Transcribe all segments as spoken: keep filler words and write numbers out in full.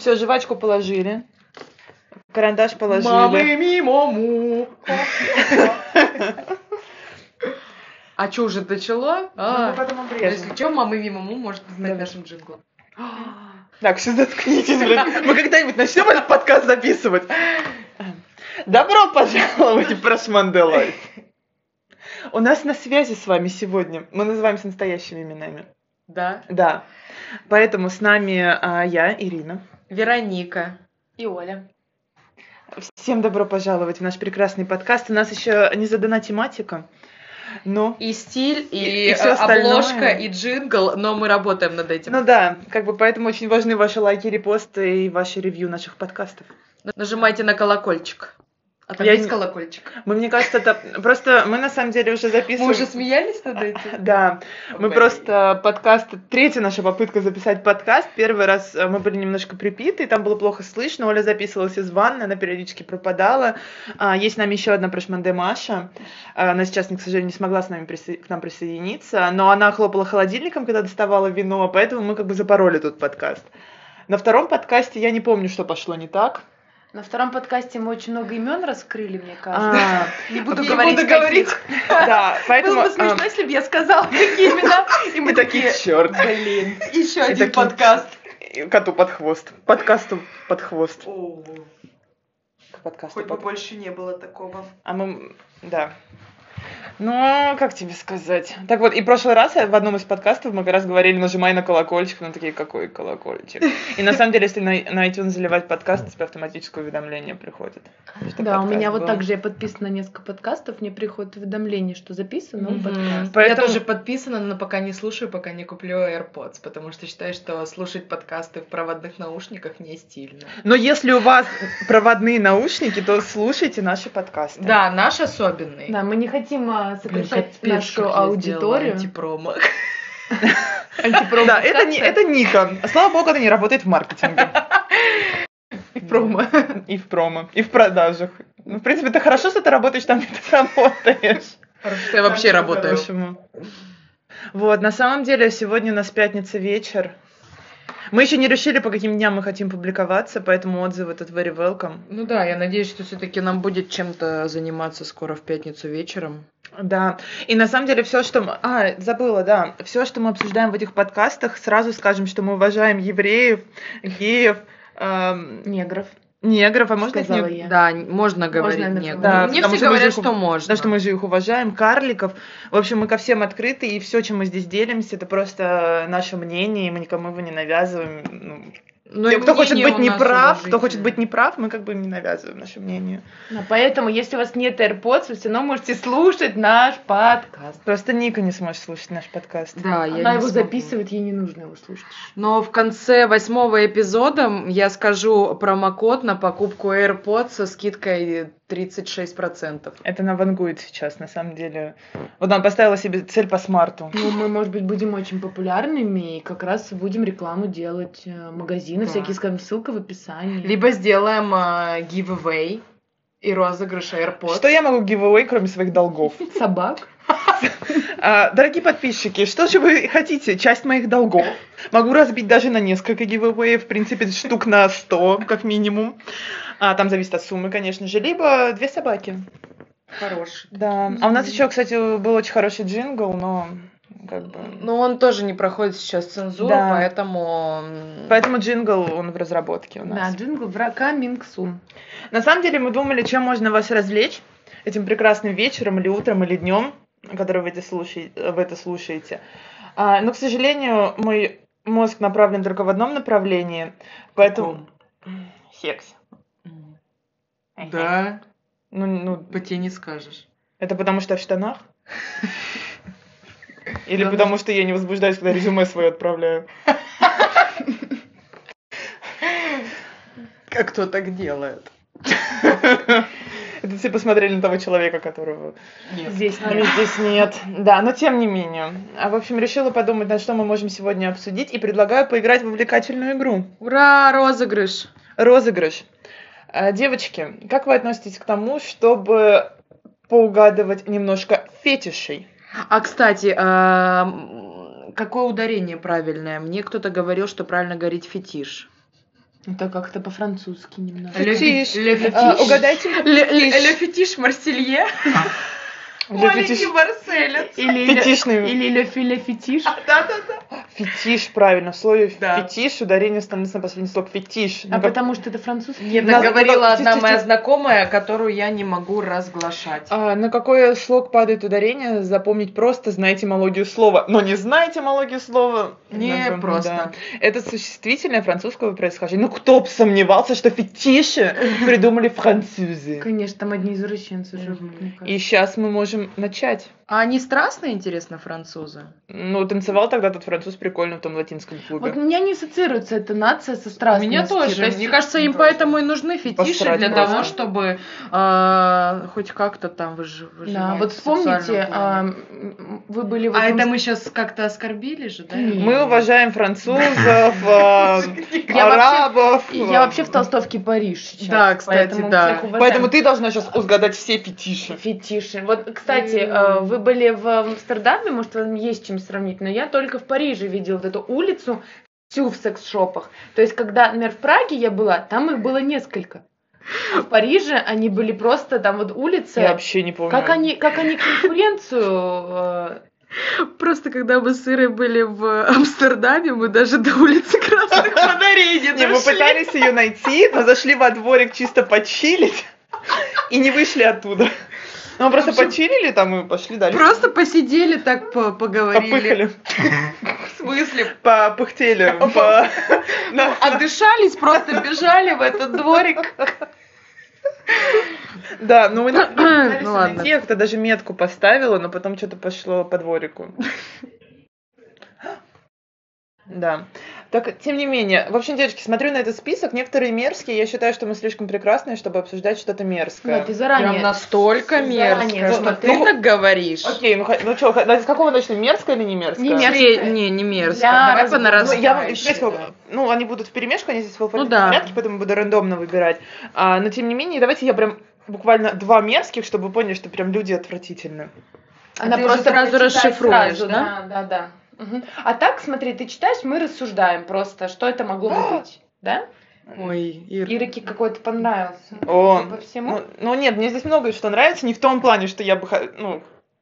все, жвачку положили. Карандаш положили. Мамы мимо. А что, уже начало? А, Ну, мы потом обрежем. если что, мамы мимо может знать Да. нашим джинглом. Так, все заткнитесь, блин. Мы когда-нибудь начнем этот подкаст записывать? Добро пожаловать в Fresh Monday Life. У нас на связи с вами сегодня. Мы называемся настоящими именами. Да. Да. Поэтому с нами а, я, Ирина. Вероника. И Оля. Всем добро пожаловать в наш прекрасный подкаст. У нас еще не задана тематика, но... И стиль, и, И- и всё остальное. обложка, и джингл, но мы работаем над этим. Ну да, как бы поэтому очень важны ваши лайки, репосты и ваши ревью наших подкастов. Нажимайте на колокольчик. А там Я есть не- колокольчик? Мы, мне кажется, это... Просто мы на самом деле уже Мы записываем... уже смеялись над этим? Да, мы Блин. просто подкаст, третья наша попытка записать подкаст. Первый раз э, мы были немножко припиты, там было плохо слышно. Оля записывалась из ванны, она периодически пропадала. А, есть с нами еще одна прошманде Маша. А, Она сейчас, к сожалению, не смогла с нами присо- к нам присоединиться, но она хлопала холодильником, когда доставала вино, поэтому мы как бы запороли тут подкаст. На втором подкасте я не помню, что пошло не так. На втором подкасте мы очень много имен раскрыли, мне кажется. А, Не буду Не говорить, буду каких. говорить. Да, поэтому... Было бы смешно, а, если бы я сказала, какие имена. И И мы такие, такие, черт. блин. Еще И один такие- подкаст. Коту под хвост. Подкасту под хвост. О, К подкасту хоть бы под- больше не было такого. А мы... Да. Ну, как тебе сказать? Так вот, и в прошлый раз в одном из подкастов мы как раз говорили, нажимай на колокольчик, ну такие, какой колокольчик? И на самом деле, если на, на iTunes заливать подкаст, тебе автоматическое уведомление приходит. что Да, у подкаст меня вот был. так же я подписана на несколько подкастов, мне приходит уведомление, что записано Мгм. подкаст. Поэтому- Я тоже подписана, но пока не слушаю, пока не куплю AirPods, потому что считаю, что слушать подкасты в проводных наушниках не стильно. Но если у вас проводные наушники, то слушайте наши подкасты. Да, наш особенный. Да, мы не хотим а, Блин, сокращать капец, нашу как я сделала аудиторию. антипромо. Антипромо Да, это, не, подкаста. это Ника. Слава богу, это не работает в маркетинге. И промо. И в промо, и в продажах. Ну, в принципе, это хорошо, что ты работаешь там, где ты работаешь. Хорошо, что я вообще работаю. По-хорошему. Вот, на самом деле, сегодня у нас пятница вечер. Мы еще не решили, по каким дням мы хотим публиковаться, поэтому отзывы тут very welcome. Ну да, я надеюсь, что все-таки нам будет чем-то заниматься скоро в пятницу вечером. Да, и на самом деле все, что мы... А, забыла, да. Все, что мы обсуждаем в этих подкастах, сразу скажем, что мы уважаем евреев, геев, эм, Негров. негров, а можно их Сказала не... я. Да, можно говорить наверное, нет. да, Мне потому все что мы говорят, же их- что можно. Потому что мы же их уважаем, карликов. В общем, мы ко всем открыты, и все, чем мы здесь делимся, это просто наше мнение, и мы никому его не навязываем. Ну, Ну, тем, и кто хочет мнение быть у нас неправ, кто хочет уважительное. быть неправ, мы как бы им не навязываем наше мнение. Да, поэтому, если у вас нет AirPods, вы все равно можете слушать наш подкаст. Просто Ника не сможет слушать наш подкаст. Да, я Она не его смогу. записывает, ей не нужно его слушать. Но в конце восьмого эпизода я скажу промокод на покупку AirPods со скидкой тридцать шесть процентов. Это она вангует сейчас, на самом деле. Вот она поставила себе цель по смарту. Ну, мы, может быть, будем очень популярными и как раз будем рекламу делать, э, магазины Да. всякие, скажем, ссылка в описании. Либо сделаем э, giveaway и розыгрыш AirPods. Что я могу giveaway, кроме своих долгов? Собак. А, дорогие подписчики, что же вы хотите? Часть моих долгов. Могу разбить даже на несколько giveaway, в принципе, штук на сто, как минимум. А, там зависит от суммы, конечно же. Либо две собаки. Хороший. Да. А у нас еще, кстати, был очень хороший джингл, но как бы... Но он тоже не проходит сейчас цензуру, Да. поэтому... м, Поэтому джингл, он в разработке у Да, нас. джингл в coming soon. На самом деле мы думали, чем можно вас развлечь этим прекрасным вечером или утром или днем, который вы это слушаете. Вы это слушаете. А, но, к сожалению, мой мозг направлен только в одном направлении, поэтому... Секс. м, Да, Ну, ну, по тебе не скажешь. это потому что я в штанах? Или Да, потому что я не возбуждаюсь, когда резюме свое отправляю? Как кто так делает? Это все посмотрели на того человека, которого Нет. Здесь а нет. здесь нет. Да, но тем не менее. А в общем, решила подумать, на что мы можем сегодня обсудить, и предлагаю поиграть в увлекательную игру. Ура, розыгрыш! Розыгрыш. А, Девочки, как вы относитесь к тому, чтобы поугадывать немножко фетишей? А, кстати, а, м, какое ударение правильное? Мне кто-то говорил, что правильно говорить фетиш. Это как-то по-французски немного. Ле Фетиш. фи- ле А, фетиш. угадайте. Ле Фетиш. ле- ле фетиш Марселье. Ле Маленький фетиш. марселец. Или Фетишный. Или ле филе фетиш. Да-да-да. Фетиш, правильно. В слове Да. фетиш ударение становится на последний слог фетиш. А Ну, как- потому что это французский. Мне Надо- так говорила надо- одна тихо, моя тихо. знакомая, которую я не могу разглашать. А, на какой слог падает ударение, запомнить просто, знаете мелодию слова. Но не знаете мелодию слова. Не как бы, просто. да. Это существительное французского происхождения. Ну кто бы сомневался, что фетиши придумали французы. Конечно, там одни извращенцы живут, мне И кажется. сейчас мы можем начать. А они страстные, интересно, французы? Ну, танцевал тогда тот француз прикольно в том латинском клубе. Вот у меня не ассоциируется эта нация со У страстностью. меня тоже. То есть- Мне кажется, им поэтому и нужны фетиши Посрать для просто. того, чтобы а, хоть как-то там выжи- выживать. Да, вот в сексуальном вспомните, а, плане. м, вы были в А этом это мы сейчас как-то оскорбили же, да? Нет. Мы уважаем французов, а, Я арабов. Я вообще в толстовке Париж сейчас. Да, кстати, поэтому да. всех уважаем. Поэтому ты должна сейчас угадать все фетиши. Фетиши. Вот, кстати, М. э, вы были в Амстердаме, может, вам есть чем сравнить, но я только в Париже видела вот эту улицу всю в секс-шопах. То есть, когда, например, в Праге я была, там их было несколько. А в Париже они были просто там вот улица. Я вообще не помню. Как они, как они конкуренцию... э, Просто когда мы с Ирой были в Амстердаме, мы даже до улицы Красных Фонарей не Не, мы дошли. пытались ее найти, но зашли во дворик чисто почилить и не вышли оттуда. Ну, мы просто В общем, почилили там и пошли дальше. Просто посидели, так по- поговорили. Попыхали, В смысле? попыхтели. по- Да. Отдышались, просто бежали в этот дворик. Да, ну мы не Ну пытались ладно. найти, я как-то даже метку поставила, но потом что-то пошло по дворику. Да. Так, тем не менее, в общем, девочки, смотрю на этот список, некоторые мерзкие, я считаю, что мы слишком прекрасные, чтобы обсуждать что-то мерзкое. Да, ты заранее... Прям настолько Заранее мерзко, что смотри. ты так говоришь. Окей, ну, х- ну что, с какого начнем, мерзкое или не мерзкое? Не мерзкое. Сре- Не, не мерзко. Для Давай раз- по Ну, я вам, нарастающей, знаете, да. как, ну, они будут вперемешку, они здесь в алфавитном Ну да. порядке, поэтому буду рандомно выбирать. А, но тем не менее, давайте я прям буквально два мерзких, чтобы вы поняли, что прям люди отвратительны. Она Ты уже просто сразу прочитает расшифруешь, сразу, да? Да, да, да. Мгм. А так, смотри, ты читаешь, мы рассуждаем просто, что это могло бы быть, да? Ой, Ир. Ирике какой-то понравился. О, По всему? ну, ну нет, мне здесь много что нравится, не в том плане, что я бы, ха- ну,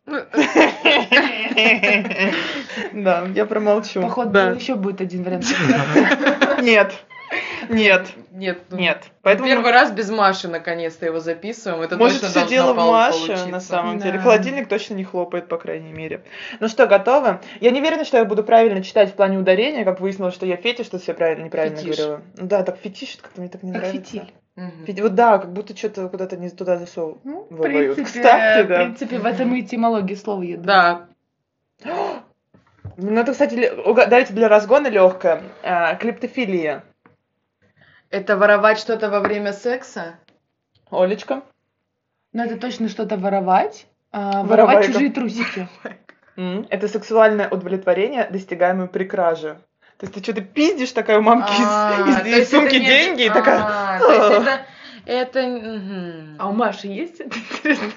да, я промолчу. Походу, да. еще будет один вариант. Нет, нет, Нет, ну, нет. Поэтому Первый раз без Маши наконец-то его записываем. Это может, точно все должно дело в пол- Маше, получиться. на самом Да. деле. Холодильник точно не хлопает, по крайней мере. Ну что, готовы? Я не уверена, что я буду правильно читать в плане ударения, как выяснилось, что я фетиш, что все правильно, неправильно Фетиш. говорила. Ну да, так фетиш, как-то мне так не Как нравится. фитиль. Мгм. Фети- Вот да, как будто что-то куда-то не туда засовывал. Ну, в Вывают. принципе, Кстати, в да. принципе, в этом и этимология слова, я думаю. Да. Ну это, кстати, ле- угадайте для разгона легкое. Клептофилия. Это воровать что-то во время секса? Олечка. Но это точно что-то воровать. а, Воровайка. воровать чужие трусики. М, Это сексуальное удовлетворение, достигаемое при краже. То есть ты что-то пиздишь такая у мамки из- А, из, то из есть это сумки не- деньги и такая... А, то есть это... Это... мгм. А у Маши есть это? Интересно.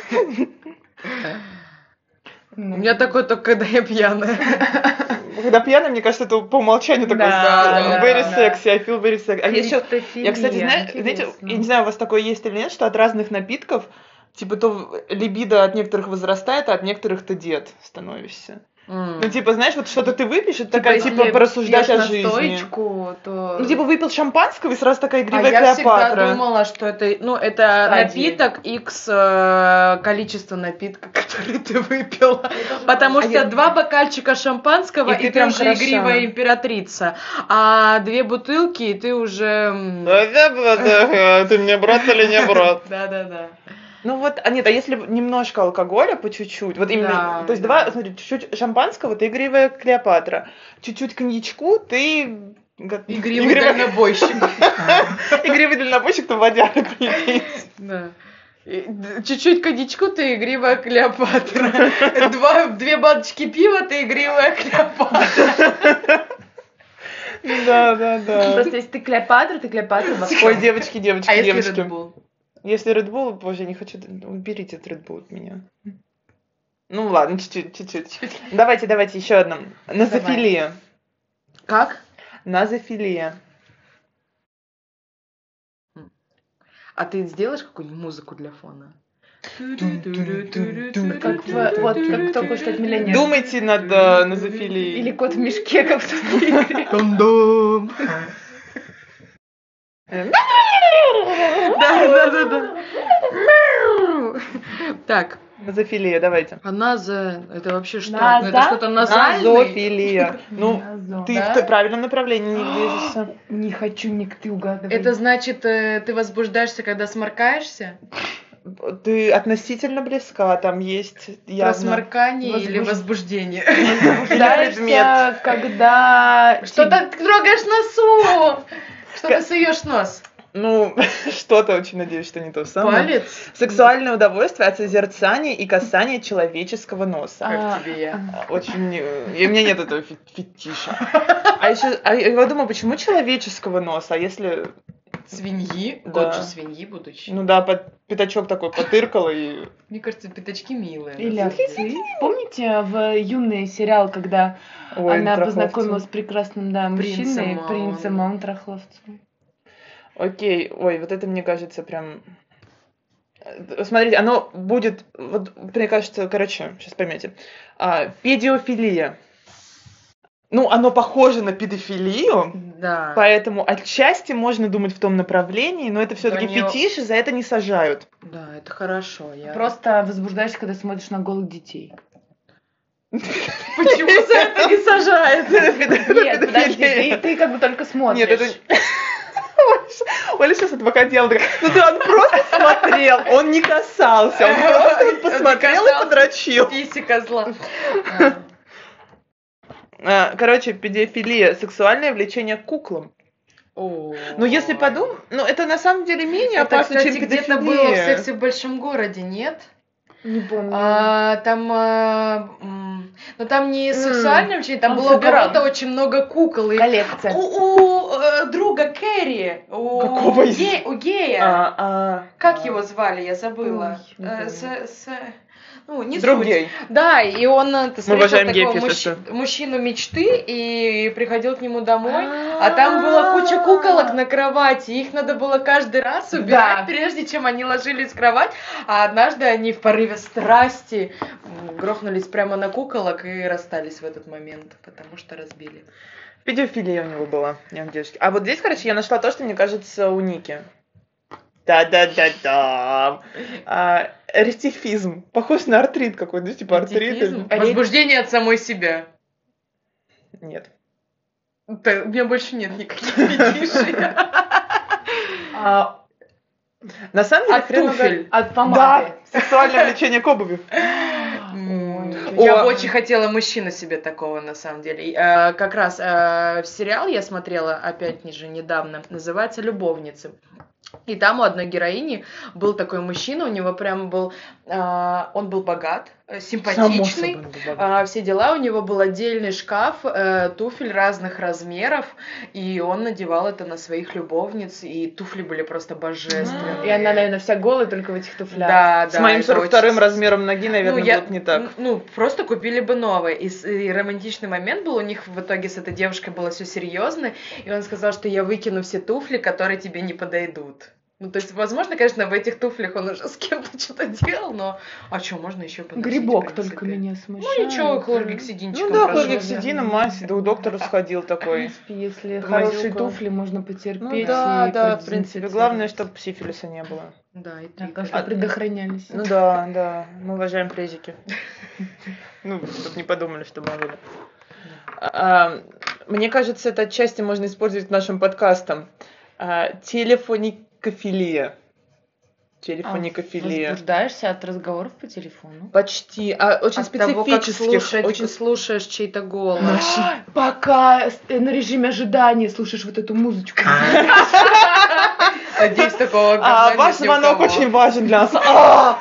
У меня такое только когда я пьяная. Когда пьяная, мне кажется, это по умолчанию такой Да, да, very да. sexy, I feel very sexy. А есть еще, Клептофилия, я, кстати, знаю, знаете, интересно. я не знаю, у вас такое есть или нет, что от разных напитков, типа, то либидо от некоторых возрастает, а от некоторых ты дед становишься. М. Ну, типа, знаешь, вот что-то ты выпьешь, это Типа, такая, если типа, порассуждать пьешь о жизни. настоечку, то... Ну, типа, выпил шампанского и сразу такая А игривая я всегда Клеопатра. думала, что это, ну, это Стадии. напиток x э, количество напитка, который ты выпила. Потому А что я- два бокальчика шампанского, И и ты ты, прям уже хороша. игривая императрица. А две бутылки, и ты уже... м, Ты мне брат или не брат? Да-да-да. Ну вот, а нет, а если немножко алкоголя по чуть-чуть, вот именно, Да, то есть да. два, смотри, чуть-чуть шампанского, ты игривая Клеопатра, чуть-чуть коньячку, ты... га- Игривый дальнобойщик. Игривый дальнобойщик, то водярок не Да. И д- Чуть-чуть коньячку, ты игривая Клеопатра. Два, две баночки пива, ты игривая Клеопатра. Да, да, да. Просто если ты Клеопатра, ты Клеопатра в Ой, девочки, девочки, А если девочки. Red Bull? Если Red Bull, боже, я не хочу, уберите этот Red Bull от меня. Ну ладно, чуть-чуть, чуть-чуть. Давайте, давайте, еще одну. Назофилия. Как? Назофилия. А ты сделаешь какую-нибудь музыку для фона? Как в- вот, как кто хочет стать миллионером. Думайте над э, назофилией. Или кот в мешке, как в той игре. Дум-дум. Э, Да, да, да, да. Так, Назофилия, давайте. а наза, это вообще что? Наза? Ну, это что-то назальное? Назофилия. Ну, Назо. ты Да? в т- правильном направлении не движешься. Не хочу, Ник, ты угадывай. Это значит, э, ты возбуждаешься, когда сморкаешься? Ты относительно близка, там есть Про явно... сморкание или Возбуж- возбуждение? Возбуждаешься, когда... Что ты трогаешь носу? Что ты суешь нос? Ну, что-то, очень надеюсь, что не то самое. Палец? Сексуальное удовольствие от созерцания и касания человеческого носа. А, Как тебе я? Очень... э, И у меня нет этого фе- фетиша. А еще, а я думаю, почему человеческого носа? А если, Свиньи? Да. Кот же свиньи, будучи. ну да, под, пятачок такой потыркал и... Мне кажется, пятачки милые. Или на самом деле. овцы. Помните в юный сериал, когда Ой, она Трахловцев. познакомилась с прекрасным, да, мужчиной, Принцем принцем Маун. Маун Трахловцем? Окей, ой, вот это, мне кажется, прям... Э, Смотрите, оно будет, вот, мне кажется, короче, сейчас поймете. А, педиофилия. Ну, оно похоже на педофилию, Да. поэтому отчасти можно думать в том направлении, но это все-таки Да не- фетиш, и за это не сажают. Да, это хорошо. Я... Просто возбуждаешься, когда смотришь на голых детей. Почему за это не сажает? Нет, подожди, ты, ты как бы только смотришь. Нет, это... Оля сейчас адвокат дела такая, ну да, он просто смотрел, он не касался, он просто вот посмотрел и касался. подрочил. Писи козла. А. А, Короче, педофилия, сексуальное влечение к куклам. О. Ну, если подумать, ну, это на самом деле менее Это, опасно, кстати, чем где-то педофилия. было в «Сексе в большом городе», нет? Не помню. А, там, а, м, ну там не М, сексуальное влечение, там он было у собирал. кого-то очень много кукол. И Коллекция. у, у, э, друга Кэрри, у, Какого из- Ге- у гея, А, а, как а. его звали, я забыла. Ой, не Э, помню. с- с- ну, не Друг суть. гей. Да, и он э, встретил уважаем такого геев, если мужч- что. мужчину мечты и приходил к нему домой, а там была куча куколок на кровати, их надо было каждый раз убирать, Да. прежде чем они ложились в кровать, а однажды они в порыве страсти м, грохнулись прямо на куколок и расстались в этот момент, потому что разбили. Педофилия у него была, я вам девочки. А вот здесь, короче, я нашла то, что мне кажется у Ники. Да-да-да-да. А, Ретифизм. Похож на артрит какой-то, ну, типа артрит. Антифизм? Возбуждение от самой себя. Нет. Да, у меня больше нет никаких фетишей. А, На самом деле, От хрен угад- туфель. от помады. Да, сексуальное влечение к обуви. М, Ой, Я О. бы очень хотела мужчину себе такого, на самом деле. И, э, Как раз э, сериал я смотрела, опять же, недавно, называется «Любовницы». И там у одной героини был такой мужчина, у него прям был, э, он был богат, э, симпатичный, он был богат. а, все дела, у него был отдельный шкаф, э, туфель разных размеров, и он надевал это на своих любовниц, и туфли были просто божественные. И она, наверное, вся голая, только в этих туфлях. Да, С да, моим это сорок вторым очень- размером ноги, наверное, ну, я- будет не так. н- Ну, просто купили бы новые. И, с- и романтичный момент был у них в итоге с этой девушкой было все серьезно, и он сказал, что я выкину все туфли, которые тебе не подойдут. Ну, то есть, возможно, конечно, в этих туфлях он уже с кем-то что-то делал, но а что, можно еще подносить, Грибок в принципе. только меня смущает. Ну ничего, хлоргексидинчиком Ну да, прожжёт. хлоргексидином, мазь, да, у доктора сходил В такой. принципе, если Помазюка. хорошие туфли, можно потерпеть. Ну да, и да, в принципе. Главное, продезинфицировать. чтобы сифилиса не было. Да, и Да, ты. потому что предохранялись. Ну да, да, мы уважаем презики. Ну, чтобы не подумали, что мы были. А, Мне кажется, это отчасти можно использовать нашим подкастом. А, Телефоникофилия. Телефоникофилия. Возбуждаешься от разговоров по телефону. Почти. А очень От того, как специфических. слушать, Очень... слушаешь чей-то голос. Пока с- э, на режиме ожидания слушаешь вот эту музычку. Надеюсь, такого А, говна ваш нет ни у звонок кого. очень важен для нас. А!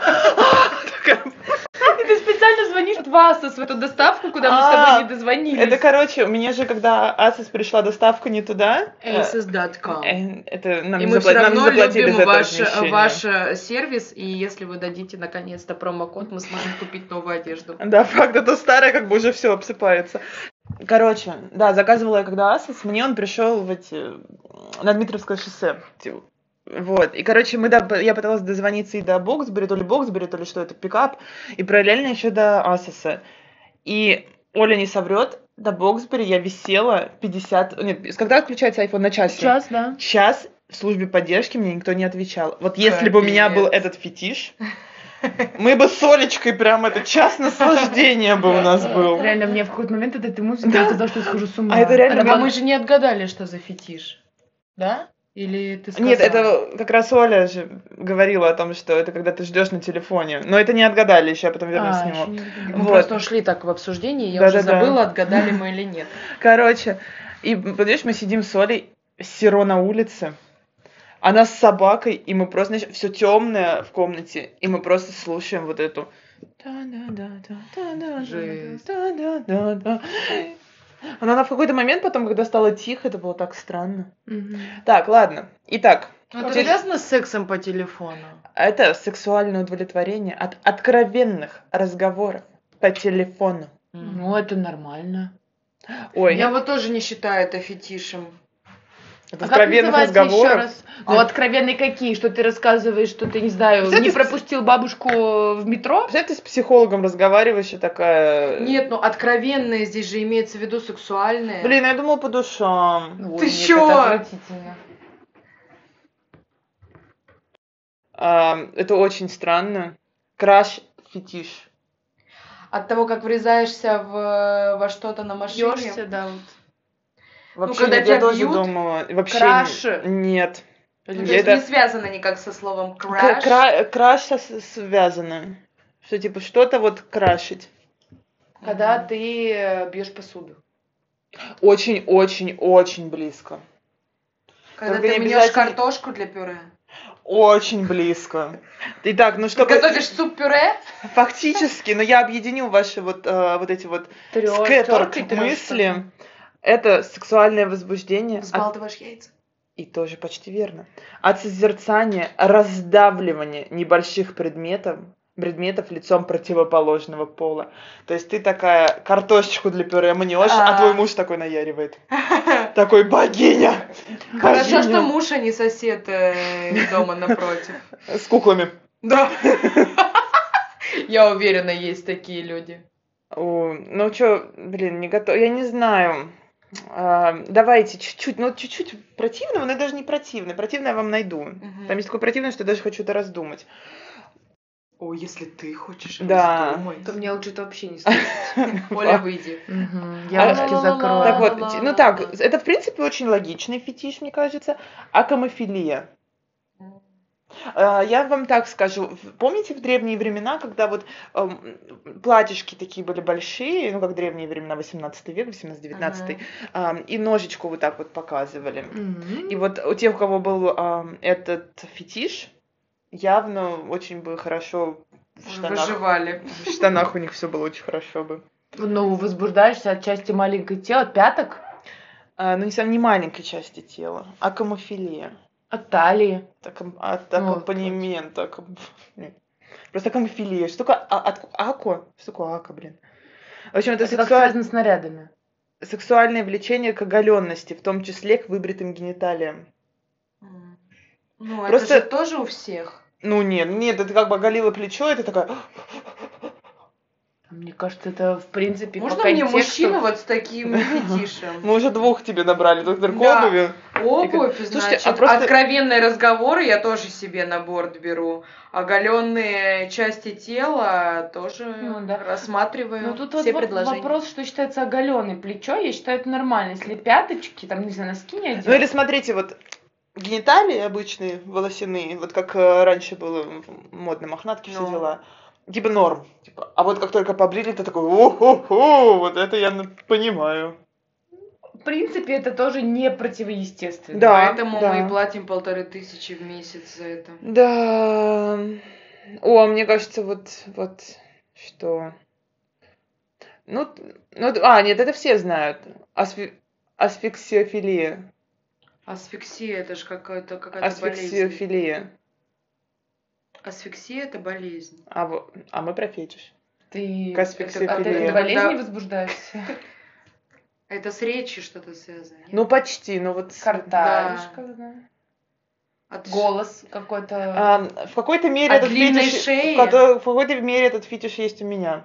И ты специально звонишь в Асос, в эту доставку, куда мы с А, тобой не дозвонились. Это, короче, у меня же, когда Asus пришла доставка не туда, э, Asus точка com. э, это нам И не мы все запла- нам не равно заплатили любим за это ваш, размещение. ваш э, сервис, и если вы дадите наконец-то промокод, мы сможем купить новую одежду. Да, факт, а то старое как бы уже все обсыпается. Короче, да, заказывала я когда Asus, мне он пришел в эти на Дмитровское шоссе. Типа, Вот, и, короче, мы до- я пыталась дозвониться и до Боксбери, то ли Боксбери, то ли что это, пикап, и параллельно еще до Асоса. И Оля не соврет, до Боксбери я висела пятьдесят... Нет, когда отключается iPhone? На часе? Сейчас, да. Час в службе поддержки мне никто не отвечал. Вот если бы у меня был Капец. этот фетиш, мы бы с Олечкой прям это час наслаждения бы у нас был. Реально, мне в какой-то момент от этой музыки я казалось, что я схожу с ума. А это реально А было- мы же не отгадали, что за фетиш. Да? Или ты сказала? Нет, это как раз Оля же говорила о том, что это когда ты ждешь на телефоне. Но это не отгадали еще, я потом вернусь А, к ещё нему. не отгадала. Мы Вот. просто ушли так в обсуждении, я уже Да-да-да. забыла, отгадали мы или нет. Короче, и понимаешь, мы сидим с Олей, серо на улице, она с собакой, и мы просто, знаешь, все темное в комнате, и мы просто слушаем вот эту. Жесть. Да-да-да-да-да-да-да. Но она в какой-то момент потом, когда стало тихо, это было так странно. Мгм. Так, ладно. Итак, Ну, это теперь- связано с сексом по телефону? это сексуальное удовлетворение от откровенных разговоров по телефону. Ну, это нормально. Ой, Я вот тоже не считаю это фетишем. от А как откровенных называется еще разговоров. раз? Ну, откровенные какие? Что ты рассказываешь, что ты, не знаю, Кстати, не с- пропустил бабушку в метро? Представляешь, ты с психологом разговариваешь и такая... Нет, ну откровенное здесь же имеется в виду сексуальное. Блин, я думала по душам. Ой, Ты нет, чё? это отвратительно. А, это очень странно. Краш фетиш. От того, как врезаешься в, во что-то на машине. Бьешься, да, вот. Вообще когда нет, я тебя тоже бьют, думала. Вообще краш. не- Нет. Ну, Я то есть это- не связано никак со словом К- краш. кра- Краш со- связано. Что типа что-то вот крашить. Когда ты э, бьешь посуду. Очень-очень-очень близко. Когда Только ты не мнешь обязательно- картошку для пюре. Очень близко. Итак, ну Ты что готовишь суп-пюре? фактически, но я объединю ваши вот, э, вот эти вот Трёшь, скеттерк тёркой трёшь мысли. потом. Это сексуальное возбуждение. от- Взбалтываешь яйца. И тоже почти верно. От созерцания, раздавливания небольших предметов, предметов лицом противоположного пола. То есть ты такая картошечку для пюре мнешь, а А. твой муж такой наяривает. Такой богиня. Хорошо, Богиня. что муж, а не сосед э, из дома напротив. С куклами. Да. Я уверена, есть такие люди. О, ну чё, блин, не готов. Я не знаю. А, давайте чуть-чуть, ну чуть-чуть противного, но даже не противное. Противное я вам найду. Мгм. Там есть такое противное, что я даже хочу это раздумать. О, если ты хочешь Да. раздумать. То мне лучше это вообще не слышать. Оля, выйди. Я А, ушки закрою. Так вот, Ла-ла-ла-ла-ла. ну так, это в принципе очень логичный фетиш, мне кажется. Акомофилия. А, Я вам так скажу, в- помните в древние времена, когда вот эм, платьишки такие были большие, ну как древние времена, восемнадцатый век, восемнадцатый-девятнадцатый, ам, и ножичку вот так вот показывали. Мгм. И вот у тех, у кого был ам, этот фетиш, явно очень бы хорошо в штанах. Выживали. В штанах у них все было очень хорошо бы. Ну, возбуждаешься от части маленькой тела, от пяток, А, ну не сам не маленькой части тела, а акомофилия. от талии. Так, ам- от Ну, аккомпанемента. акком- нет. Просто акомофилия. Что такое а- от- ако? Что такое ако, блин? В общем, это, Это как сексуаль- связано с нарядами. сексуальное влечение к оголенности, в том числе к выбритым гениталиям. М. Ну, Просто- это же тоже у всех. Ну нет, нет, это как бы оголила плечо, это такая... Мне кажется, это в принципе Можно по мне контексту- мужчину вот с таким фетишем? Мы уже двух тебе набрали, тут только Да. обуви. Обувь, Слушайте, значит, а просто- откровенные разговоры я тоже себе на борт беру. Оголенные части тела тоже Ну, да. рассматриваю. Ну тут вот все во- предложения. вопрос, что считается оголенное плечо, я считаю это нормально. Если пяточки, там, не знаю, носки не одеть. Ну или смотрите, вот гениталии обычные, волосяные, вот как э, раньше было модно, мохнатки, все Ну. дела. Типа норм. Типа, а вот как только побрили, ты такой, о-хо-хо, вот это я н- понимаю. В принципе, это тоже не противоестественно. Да. Поэтому да. мы и платим полторы тысячи в месяц за это. Да. О, мне кажется, вот, вот что. Ну, т- ну, т- а, нет, это все знают. Асфи- Асфиксиофилия. Асфиксия это же какая-то какая-то болезнь. Асфиксиофилия. Асфиксия это болезнь. А, во- а мы про фетиш. Ты К а асфиксиофилии. ты от Когда- болезни возбуждаешься? Это с речью что-то связано. нет? Ну, почти, ну вот... Картавишь, когда. От Голос какой-то. А, в какой-то мере От этот длинной фетиш... шеи? В, какой- в какой-то мере этот фетиш есть у меня.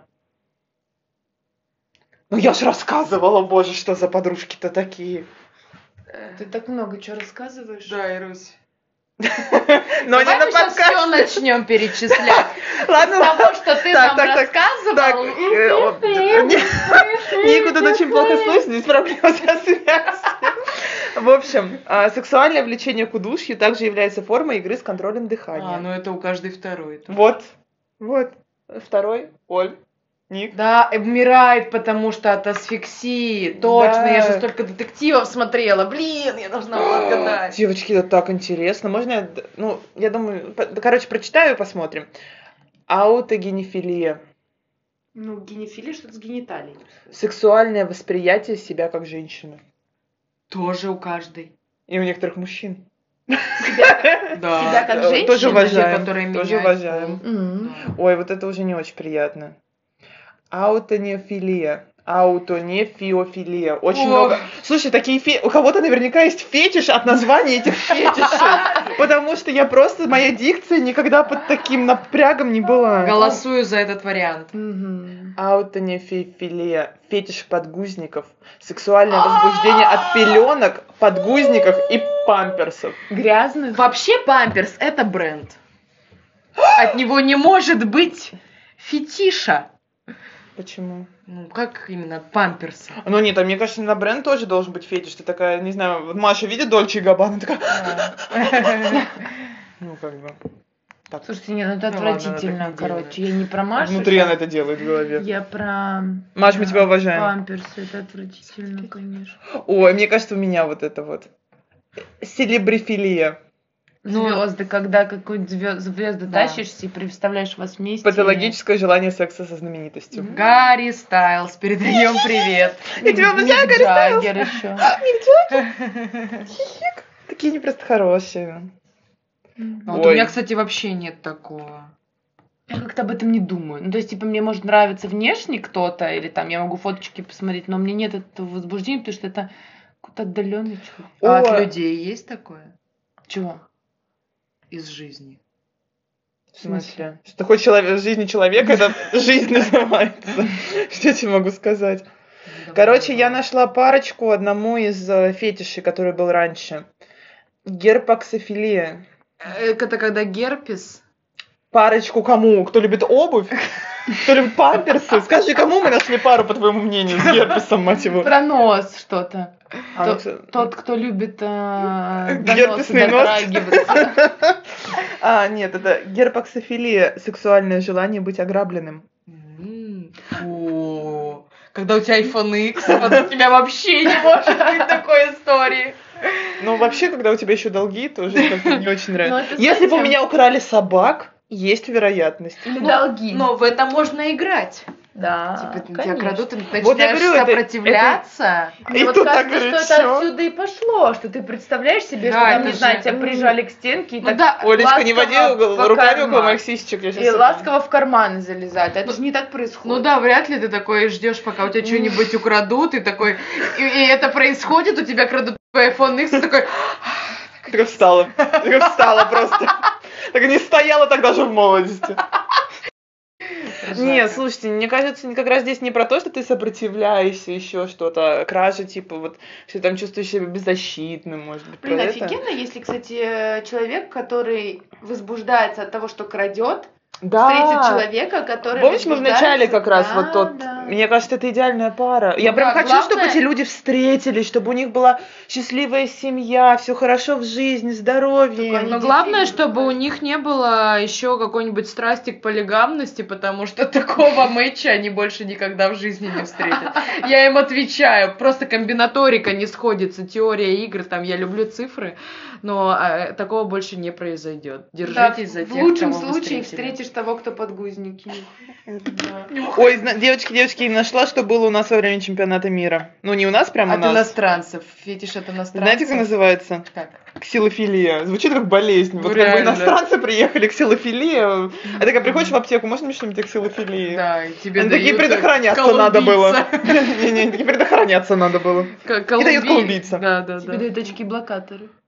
Ну я ж рассказывала, боже, что за подружки-то такие. Ты так много чего рассказываешь. Да, Ирусь. Но не Давай на мы сейчас все подкасте. начнем перечислять. С Ладно, того, что ты Так, нам так, так, рассказывал. так, э, вот, Нику тут очень плохо слышно, здесь проблема со связью. В общем, а, сексуальное влечение к удушью также является формой игры с контролем А, дыхания. ну это у каждой второй. Вот, вот. Второй, Оль, Ник. Да, умирает, потому что от асфиксии. Точно, Да. я же столько детективов смотрела. Блин, я должна была отгадать. Девочки, это так интересно. Можно я, д- ну, я думаю, по- да, короче, прочитаю и посмотрим. Аутогенефилия. Ну, генефилия что-то с гениталией. Сексуальное восприятие себя как женщины. Тоже у каждой. И у некоторых мужчин. Себя Да. как Э, женщина. Тоже уважаем. которые Тоже меняют уважаем. М. Ой, вот это уже не очень приятно. Аутонефилия. Аутонефиофилия. Очень О. много. Слушай, такие фе... у кого-то наверняка есть фетиш от названия этих фетишей. Потому что я просто, моя дикция никогда под таким напрягом не была. Голосую за этот вариант. Мгм. Аутонефилия. Фетиш подгузников. Сексуальное возбуждение от пеленок, подгузников и памперсов. Грязных. Вообще памперс это бренд. От него не может быть фетиша. Почему? Ну, как именно от памперса? Ну нет, а мне кажется, на бренд тоже должен быть фетиш. Ты такая, не знаю, вот Маша видит Дольче и Габбана, такая, ну как бы. Так. Слушайте, нет, ну это Ну ладно, она отвратительно, так не короче. Я не про Машу. Внутри она это делает в голове. Я про... Маш, мы тебя уважаем. Памперсы, это отвратительно, конечно. Ой, мне кажется, у меня вот это вот. Селебрифилия. Ну, Звезды, когда какую-нибудь звезд, звезды Да. тащишься и представляешь вас вместе. Патологическое желание секса со знаменитостью. Гарри Стайлз, передаем привет. Я тебя обожаю, Мик Гарри Стайлз. Джаггер еще. Такие они просто хорошие. Вот у Ой. меня, кстати, вообще нет такого. Я как-то об этом не думаю. Ну, то есть, типа, мне может нравиться внешне кто-то, или там я могу фоточки посмотреть, но мне нет этого возбуждения, потому что это какой-то отдаленный человек. А от Ой. людей есть такое? Чего? Из жизни. В смысле? Что хоть человек, жизни человека, это жизнь называется. Что я тебе могу сказать? Короче, я нашла парочку одному из э, фетишей, который был раньше. Герпаксофилия. Э, Это когда герпес. Парочку кому? Кто любит обувь? Кто любит памперсы? Скажи, кому мы нашли пару, по твоему мнению, с герпесом, мать его? Про нос что-то. А, То- ну, кстати, Тот, кто любит э, до Герпесный носа нос. дотрагиваться. А, нет, это герпаксофилия, сексуальное желание быть ограбленным. М, О, когда у тебя айфон икс, вот у тебя вообще не может быть такой истории. Ну, вообще, когда у тебя еще долги, тоже как-то не очень нравится. Ну, это Если бы у совсем. меня украли собак, есть вероятность. Или Ну, долги. Но в это можно играть. Да, Типа, тебя конечно. крадут, и ты Вот я начинаешь говорю, это- сопротивляться. Мне И вот тут так кажется, что говорит, это «Чё?» отсюда и пошло, что ты представляешь себе, Да, что там, это не знаю, же- тебя прижали к стенке и Ну так да, Олечка, не води ласково по руками около карман. моих сисечек. я И щас- ласково в карманы залезать. Это же не так происходит. Ну да, вряд ли ты такой ждешь, пока у тебя что-нибудь украдут, и такой, и, и это происходит, у тебя крадут твой айфон икс, и такой, Так встала. Так встала просто. Так не стояла тогда же в молодости. Не, слушайте, мне кажется, как раз здесь не про то, что ты сопротивляешься, еще что-то, кража, типа, вот, что ты там чувствуешь себя беззащитным, может быть, про Блин, это. офигенно, если, кстати, человек, который возбуждается от того, что крадет, Да. встретит человека, который Помнишь, мы в начале как раз Да, вот тот, да. мне кажется, это идеальная пара. Я Ну прям да, хочу, чтобы главное- эти люди встретились, чтобы у них была счастливая семья, все хорошо в жизни, здоровье. Только, но Они главное, детей чтобы у них не было еще какой-нибудь страсти к полигамности, потому что такого мэтча они больше никогда в жизни не встретят. Я им отвечаю, просто комбинаторика не сходится, теория игр, там я люблю цифры, но а, такого больше не произойдет. Да, Держитесь за в тех, лучшем кого вы случае встретили. встретишь того, кто подгузники. Ой, зна- девочки, девочки, не нашла, что было у нас во время чемпионата мира. Ну, не у нас, прямо у От нас. иностранцев. Фетиш от иностранцев. Знаете, как называется? Как? Ксилофилия. Звучит как болезнь. Ну, Вот как бы реально. иностранцы приехали, ксилофилия. А ты как приходишь в аптеку, можно мне что-нибудь от ксилофилии? Да, и тебе Они такие дают предохраняться надо было. колумбийца. Не-не, такие предохраняться надо было. К- И дают колумби- колумбийца. Да, да, Тебе да. дают очки-блокаторы.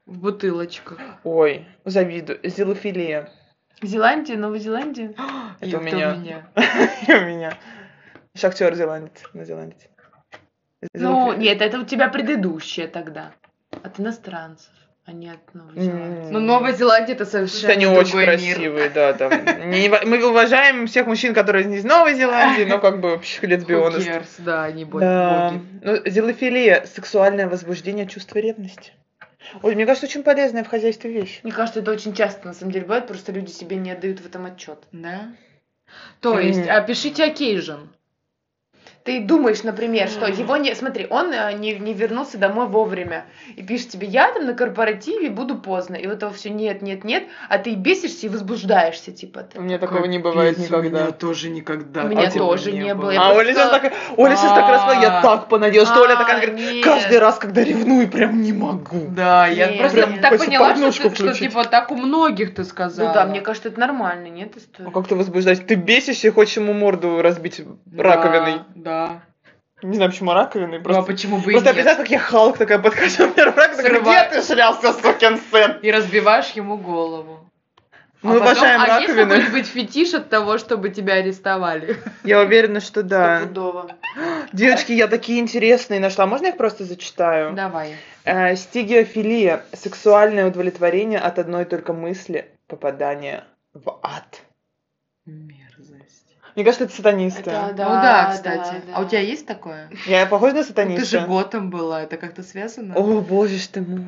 В бутылочках. Ой, завидую. Зилофилия. Зеландия, Новая Зеландия. Это И у меня. у меня. И у меня. Шахтер зеландец. На зеландец. Ну, нет, это у тебя предыдущее тогда. От иностранцев, а не от Новой Зеландии. Ну, Новая Зеландия это Что совершенно они очень другой мир. красивые, да, там. Не- Мы уважаем всех мужчин, которые не из Новой Зеландии, но как бы, пш, let's be Who honest. cares? Да, они боги. Да. Ну, зелофилия, сексуальное возбуждение, чувство ревности. Ой, мне кажется, очень полезная в хозяйстве вещь. Мне кажется, это очень часто на самом деле бывает, просто люди себе не отдают в этом отчет. Да? То есть, Мгм. опишите occasion. Ты думаешь, например, что его не... Смотри, он э, не, не вернулся домой вовремя. И пишет тебе, я там на корпоративе буду поздно. И вот этого все нет, нет, нет. А ты бесишься и возбуждаешься, типа. У От... меня такого не бывает Капец, У меня никогда. тоже никогда. У меня такого тоже не было. Я А просто Оля сейчас сказала, так, Оля сейчас так А. рассказала, я так понадеялась, что Оля такая А, говорит, нет. каждый раз, когда ревную, прям не могу. Да, я Нет, просто нет. так Хочется поняла, что, порнушку ты- что включить. типа так у многих ты сказала. Ну да, мне кажется, это нормально, нет, история? А как ты возбуждаешься? Ты бесишься и хочешь ему морду разбить Да, раковиной. Да. Не знаю, почему раковиной, Ну а просто... почему бы и Просто я нет? представляю, как я Халк такая подхожу, мне раковина, говорю, где Срываю. ты шлялся, сукин сын? И разбиваешь ему голову. Мы а потом, уважаем а есть раковины. какой-нибудь фетиш от того, чтобы тебя арестовали? Я уверена, что да. Стопудово. Девочки, я такие интересные нашла. Можно я их просто зачитаю? Давай. Э, Стигиофилия. Сексуальное удовлетворение от одной только мысли попадания в ад. Мерзость. Мне кажется, это сатанисты. Это, ну да, кстати. да, да. А у тебя есть такое? Я похожа на Ну, ты сатаниста? же готом была, это как-то связано? О, боже ж ты мой.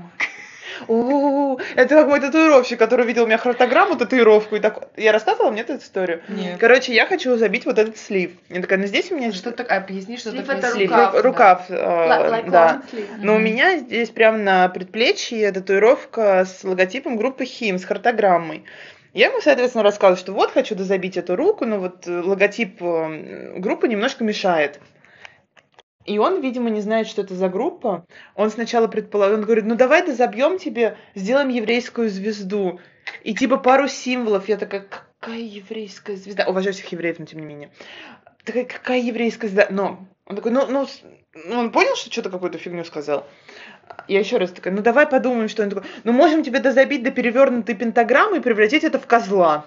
О, это как мой татуировщик, который видел у меня хротограмму, татуировку. И так... Я рассказывала мне эту историю? Нет. Короче, я хочу забить вот этот слив. Я такая, ну здесь у меня... Что так? Объясни, что Слив такое это слив. рукав. Ру- рукав, э, Like да. long sleeve. Но у Мгм. меня здесь прямо на предплечье татуировка с логотипом группы Хим, с хротограммой. Я ему, соответственно, рассказываю, что вот хочу дозабить эту руку, но вот э, логотип э, группы немножко мешает. И он, видимо, не знает, что это за группа. Он сначала предположил, он говорит, ну давай дозабьем тебе, сделаем еврейскую звезду. И типа пару символов. Я такая, какая еврейская звезда? Уважаю всех евреев, но тем не менее. Такая, какая еврейская звезда? Но он такой, ну, ну, с- ну, он понял, что что-то какую-то фигню сказал. Я еще раз такая, ну давай подумаем, что он такой. Ну можем тебе дозабить до перевернутой пентаграммы и превратить это в козла.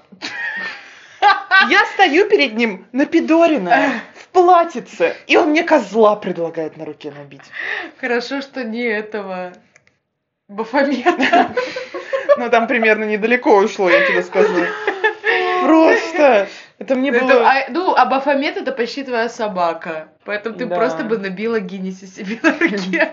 Я стою перед ним напидоренная, в платьице, и он мне козла предлагает на руке набить. Хорошо, что не этого. Бафомета. Ну там примерно недалеко ушло, я тебе скажу. Просто. Это мне Это, было... а, ну, а Бафомет это почти твоя собака. Поэтому ты Да. просто бы набила Гиннеси себе на руке.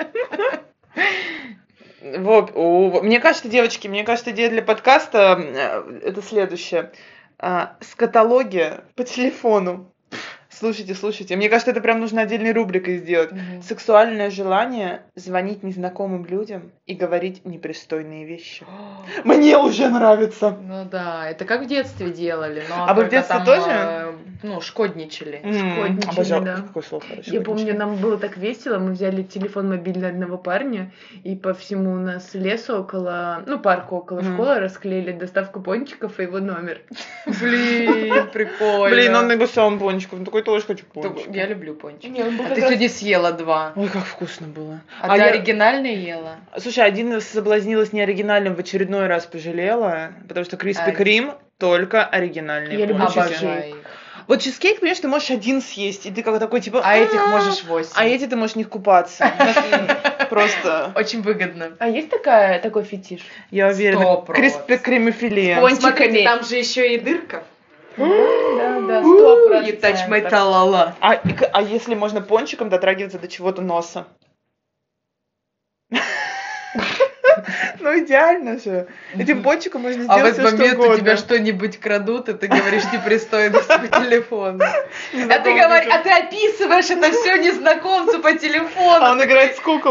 Вот, о, мне кажется, девочки, мне кажется, идея для подкаста э, это следующее. А, скатология по телефону. Слушайте, слушайте. Мне кажется, это прям нужно отдельной рубрикой сделать. Мгм. Сексуальное желание звонить незнакомым людям и говорить непристойные вещи. Мне уже нравится. Ну да, это как в детстве делали. Но А вы в только детстве там, тоже? э, ну, шкодничали. М, Шкодничали, обожаю. да. Какое слово хорошее. Я помню, нам было так весело, мы взяли телефон мобильный одного парня, и по всему у нас лесу около, ну, парку около Мгм. школы расклеили доставку пончиков и его номер. Блин, прикольно. Блин, он написал пончиков. Ну, такой тоже хочу Только пончиков. Я люблю пончики. Не, он был А как ты раз- сегодня съела два. Ой, как вкусно было. А, А ты я- оригинальные ела? Слушай, один раз соблазнилась неоригинальным, в очередной раз пожалела, потому что Криспи Ай. Крим только оригинальные Я люблю пончики. чизкейк. Обожаю их. Вот чизкейк, понимаешь, ты можешь один съесть, и ты как такой, типа... А этих «А-а-а». можешь восемь. А эти ты можешь в них купаться. Просто, Очень выгодно. А есть такая, такой фетиш? я уверена. Сто проц. Криспи Кремофиле. С пончиками. Смотрите, там же еще и дырка. Да, да, сто И тач процентов. май талала. А, и к- а если можно пончиком дотрагиваться до чего-то носа? Ну идеально же. Этим пончиком можно А в сделать этот все что момент у угодно. тебя что-нибудь крадут, и ты говоришь непристойность по телефону. А ты Незнакомым говоришь, людям. а ты описываешь это все незнакомцу по А телефону. он играет с кукол.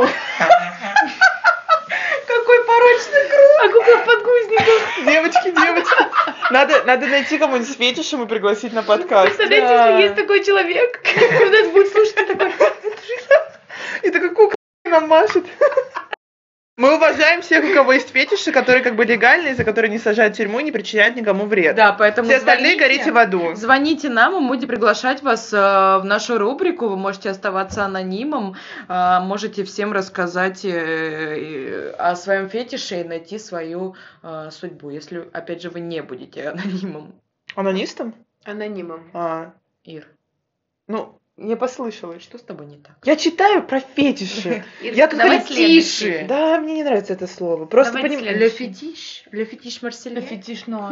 Какой порочный круг. А кукла в подгузниках. Девочки, девочки. Надо, надо найти кого-нибудь с фетишем и пригласить на подкаст. Представляете, Да. если есть такой человек, который нас будет слушать, такой, И такой кукла нам машет. Мы уважаем всех, у кого есть фетиши, которые как бы легальные, за которые не сажают в тюрьму и не причиняют никому вред. Да, поэтому Все остальные звоните. горите в аду. Звоните нам, мы будем приглашать вас э, в нашу рубрику. Вы можете оставаться анонимом, э, можете всем рассказать э, э, о своем фетише и найти свою э, судьбу, если, опять же, вы не будете анонимом. Анонистом? Анонимом. А, Ир, ну, я послышалась. что с тобой не так? Я читаю про фетиши. Ирка, Я как давай фетиши. следующий. Да, мне не нравится это слово. Просто Давайте поним- следующий. Ле фетиш? Ле фетиш Марселье? Фетиш нуар.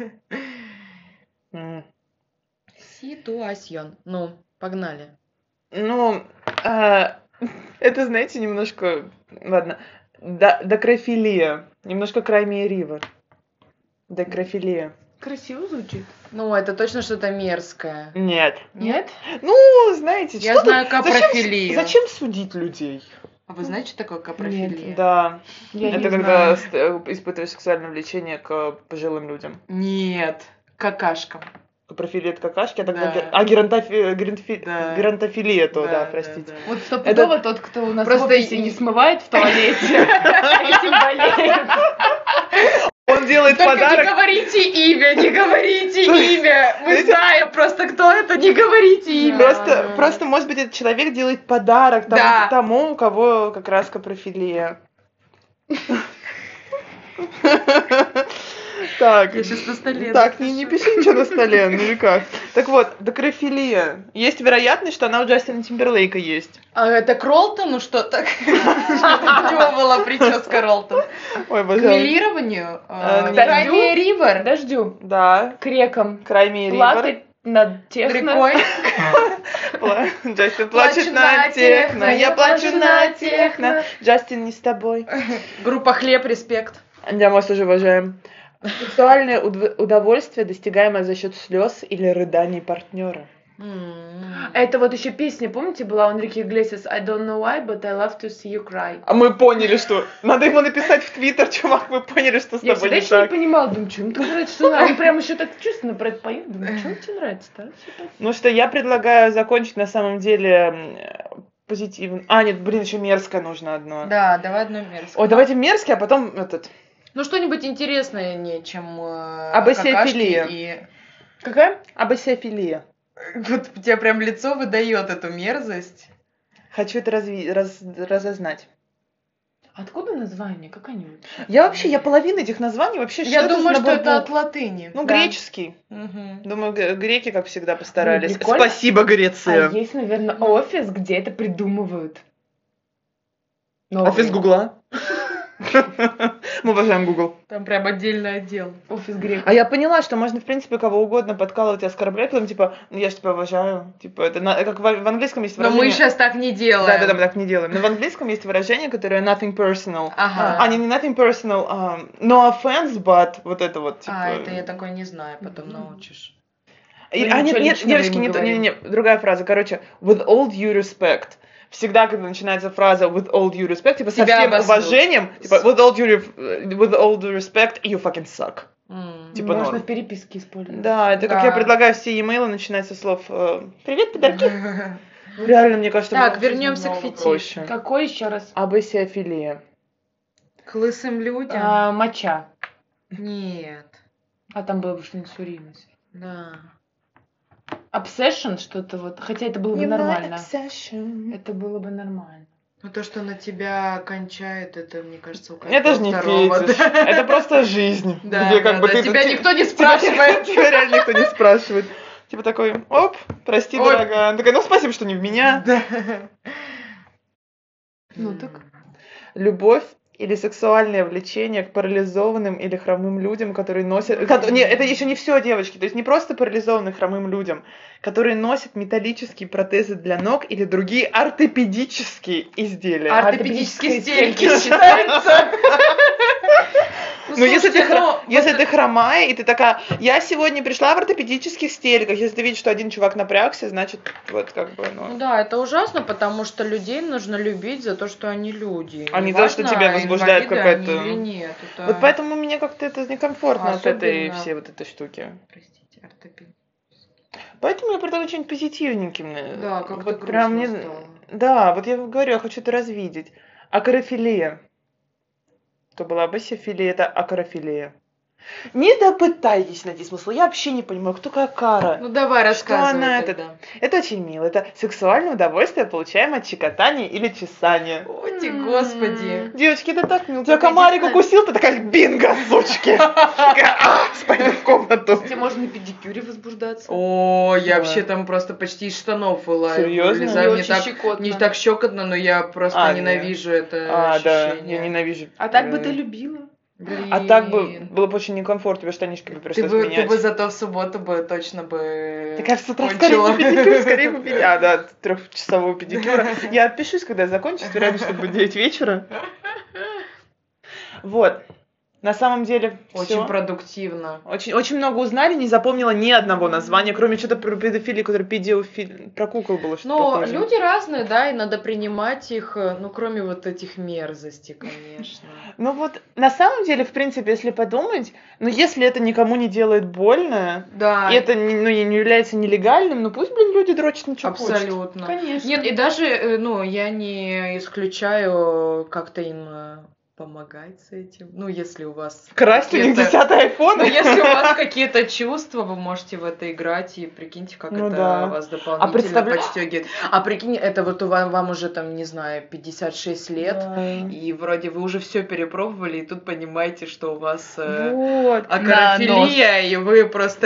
М. Ситуасьон. Ну, погнали. Ну, а, это, знаете, немножко... Ладно. Да- Дакрофилия. Немножко краймия рива. Дакрофилия. Красиво звучит. Ну, это точно что-то мерзкое. Нет. Нет? Ну, знаете, Я что знаю тут- зачем, капрофилию. зачем судить людей? А вы знаете, что такое капрофилия? Да. Я это не когда знаю. ст- э, испытываешь сексуальное влечение к пожилым людям. Нет, какашкам. Капрофилия это какашки, а тогда... Да. гер- А, геронтофи... геронтофи- Да. геронтофилия, то, да, Да, простите. да, да. Вот стопудово тот, кто у нас Просто в офисе и- не смывает в туалете, этим болеет. Он делает Только подарок... не говорите имя, не говорите Слушай, имя. Мы знаете- знаем просто, кто это, не говорите имя. Просто, Да. просто, может быть, этот человек делает подарок тому, Да. тому, у кого как раз капрофилия. Так, Я сейчас на столе так, не, не пиши ничего на столе, ну или как. Так вот, дакрофилия. Есть вероятность, что она у Джастина Тимберлейка есть. А это Кролтону что-то? У него была прическа Ролтон. Ой, К боже. милированию? А, э, нет. Крайне Ривер? Дождю. Да, К рекам. Крайми Ривер. Плакать над техно. Рекой? Пла- Джастин плачет на техно, я плачу на техно. Джастин не с тобой. Группа Хлеб, респект. Да, мы вас тоже уважаем. Сексуальное удв- удовольствие, достигаемое за счет слез или рыданий партнера. М. Это вот еще песня, помните, была у Энрике Иглесиас I don't know why, but I love to see you cry. А мы поняли, что... Надо ему написать в Твиттер, чувак, мы поняли, что с Я тобой всегда не еще не так. понимала, думаю, что ему так нравится, что надо. Он прям еще так чувственно про это поет. Думаю, что тебе нравится-то? а? Ну что, я предлагаю закончить на самом деле м, позитивно. А, нет, блин, еще мерзкое нужно одно. Да, давай одно мерзкое. Ой, давайте мерзкий, а потом этот... Ну, что-нибудь интересное, не чем э, Абасиофилия. какашки и... Какая? Абасиофилия. Вот у тебя прям лицо выдает эту мерзость. Хочу это разви- раз- разознать. Откуда название? Как они вообще? Я вообще, я половину этих названий вообще... Я что это думаю, за что набор это букв? от латыни. Ну, Да. греческий. Мгм. Думаю, г- греки, как всегда, постарались. Ну, прикольно. Спасибо, Греция. А есть, наверное, офис, где это придумывают. Новый. Офис Гугла. Мы уважаем Google. Там прям отдельный отдел. Офис греков. А я поняла, что можно, в принципе, кого угодно подкалывать и оскорблять, потом, типа, ну, я же тебя уважаю. Типа, это на- как в, в английском есть Но выражение... мы сейчас так не делаем. Да, да, да, мы так не делаем. Но в английском есть выражение, которое nothing personal. Ага. А, не, не nothing personal, а no offense, but вот это вот, типа... А, это я такое не знаю, потом научишь. И- Ну, а, нет, ничего нет, личного девочки, ему не, то- не, говорим. не, не, другая фраза. Короче, with all due respect. Всегда, когда начинается фраза with all due respect, типа, со Тебя всем обосрут. уважением, типа, with all due, ref- with all due respect, you fucking suck. М. типа Можно норм. в переписке использовать. Да, это как Да. я предлагаю все e-mailы начинать со слов э, «Привет, пидорки». Реально, мне кажется, Так, было жизнь вернемся к намного фетишу. проще. Какой еще раз? Абасиофилия. К лысым людям? А, моча. Нет. А там было бы что-нибудь суримое. Да. Obsession что-то вот. Хотя это было бы You my нормально. obsession. Это было бы нормально. Ну то, что на тебя кончает, это, мне кажется, у каждого Это же не второго, фетиш, да. это просто жизнь. Да, где да, как бы да, ты- тебя ты- никто не тебя- спрашивает. Тебя реально никто не спрашивает. Типа такой, оп, прости, Ой. дорогая. Она такая, ну спасибо, что не в меня. Да. Ну так. Любовь или сексуальное влечение к парализованным или хромым людям, которые носят... ко- Не, это еще не все, девочки. То есть не просто парализованным хромым людям, которые носят металлические протезы для ног или другие ортопедические изделия. Ортопедические Ортопедические стельки стельки считаются. Ну, если, ты, слушайте, хро- ну, если вот- ты хромая, и ты такая, я сегодня пришла в ортопедических стельках, если ты видишь, что один чувак напрягся, значит, вот как бы, Ну ну... да, это ужасно, потому что людей нужно любить за то, что они люди. А не за то, что Неважно, тебя возбуждает инвалиды какая-то- они или нет. Это... Вот поэтому мне как-то это некомфортно от этой Особенно- всей вот этой штуки. Простите, ортопед. Поэтому я предлагаю что-нибудь позитивненьким. Да, как-то вот прям грустно мне... стало. Да, вот я говорю, я хочу это развидеть. Акарофилия. что была бассифилия, это акарофилия. Не допытайтесь найти смысл, я вообще не понимаю, кто такая Кара. Ну давай, рассказывай она тогда. это? Это очень мило, это сексуальное удовольствие, получаемое от щекотания или чесания. О, ти господи. Девочки, это так мило. Тебя комарик укусил, ты такая, бинго, сучки. Пойду в комнату. Тебе можно на педикюре возбуждаться. О, я Да. вообще там просто почти из штанов вылазила. Серьезно? Вылезаю. Мне Мне очень так, щекотно. не так щекотно, но я просто А, ненавижу это А, да, ощущение. я ненавижу. А так бы М. ты любила. Блин. А так бы было бы очень некомфортно, тебе штанишки бы Ты пришлось бы, ты менять. бы зато в субботу бы точно бы Мне кажется, с утра скорее кончила. бы педикюр, скорее бы педикюр. А, да, трехчасового педикюра. Я отпишусь, когда я закончу, вероятно, что будет девять вечера. Вот. На самом деле, Очень всё. продуктивно. Очень, очень много узнали, не запомнила ни одного названия, кроме что-то про педофилию, который педиофиль, про кукол было что-то Но похоже. люди разные, да, и надо принимать их, э, ну, кроме вот этих мерзостей, конечно. Ну вот, на самом деле, в принципе, если подумать, ну если это никому не делает больно, Да, и это не, ну, и не является нелегальным, ну пусть, блин, люди дрочат на что хочет. абсолютно. Конечно. Нет, и даже, э, ну, я не исключаю как-то им э, помогать с этим. Ну, если у вас... Красть у них какие-то- десятый айфон. Ну, если у вас какие-то чувства, вы можете в это играть, и прикиньте, как Ну это да. вас дополнительно представля- подстегивает. А прикинь, это вот у вам, вам уже там, не знаю, пятьдесят шесть лет, Да. и вроде вы уже все перепробовали, и тут понимаете, что у вас э, Вот. акарофилия, и вы просто...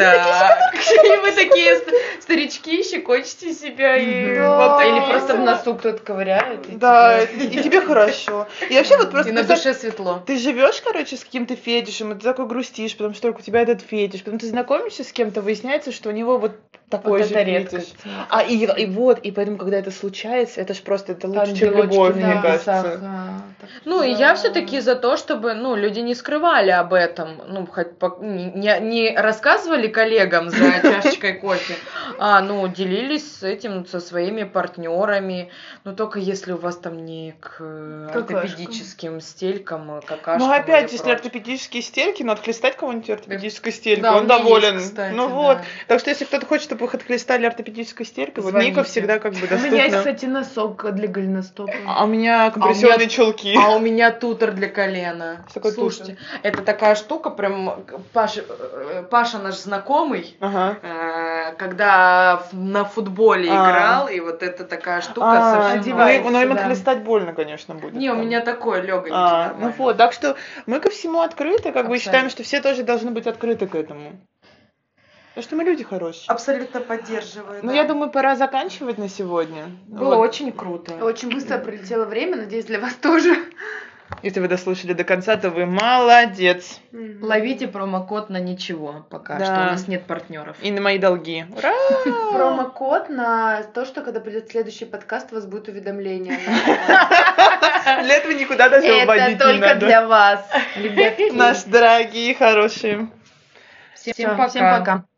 И вы такие ст- старички, щекочете себя, и Да. вам так Или весело. просто в носу кто-то ковыряет. и Да, тебе- и, и тебе хорошо. И вообще вот просто И на представь, душе светло. ты живешь, короче, с каким-то фетишем, и ты такой грустишь, потому что только у тебя этот фетиш, потом ты знакомишься с кем-то, выясняется, что у него вот такой Вот же это фетиш. редкость. А и, и вот, и поэтому, когда это случается, это ж просто это лучше, чем Ангелочки любовь, на мне небесах, кажется. а, так Ну, и да. я все-таки за то, чтобы, ну, люди не скрывали об этом, ну, хоть по- не, не рассказывали коллегам за чашечкой кофе, а, ну, делились с этим со своими партнерами, ну, только если у вас там не к э, Какашкам. ортопедическим стелькам, какашкам. Ну опять, или если прочее. ортопедические стельки, ну отхлестать кого-нибудь ортопедической стелькой, Да, у он меня доволен. есть, кстати, ну да. вот. Так что если кто-то хочет, чтобы их отхлестали ортопедической стелькой, вот Звоните. Ника всегда как бы У меня есть, доступна. кстати, носок для голеностопа. А у меня компрессионные А у меня- чулки. А у меня тутор для колена. Что такое Слушайте, это такая штука, прям Паша, э, Паша наш знакомый, Ага. э, когда в- на футболе А. играл, и вот это такая штука А, совсем ну, новая. одевается, ну им да. отхлестать больно, конечно, будет. Не, у там. меня такой легонький. А, ну нормально. вот, так что мы ко всему открыты, как бы и Абсолютно. считаем, что все тоже должны быть открыты к этому. Потому что мы люди хорошие. Абсолютно поддерживаю. Ну, да. я думаю, пора заканчивать на сегодня. Было Вот. очень круто. Очень быстро пролетело время, надеюсь, для вас тоже. Если вы дослушали до конца, то вы молодец. Ловите промокод на ничего пока Да. что, у нас нет партнеров. И на мои долги. Ура! Промокод на то, что когда придет следующий подкаст, у вас будет уведомление. Для этого никуда даже Это вводить не только надо. для вас, ребятки. Наши дорогие, хорошие. Всем Всё, пока. Всем пока.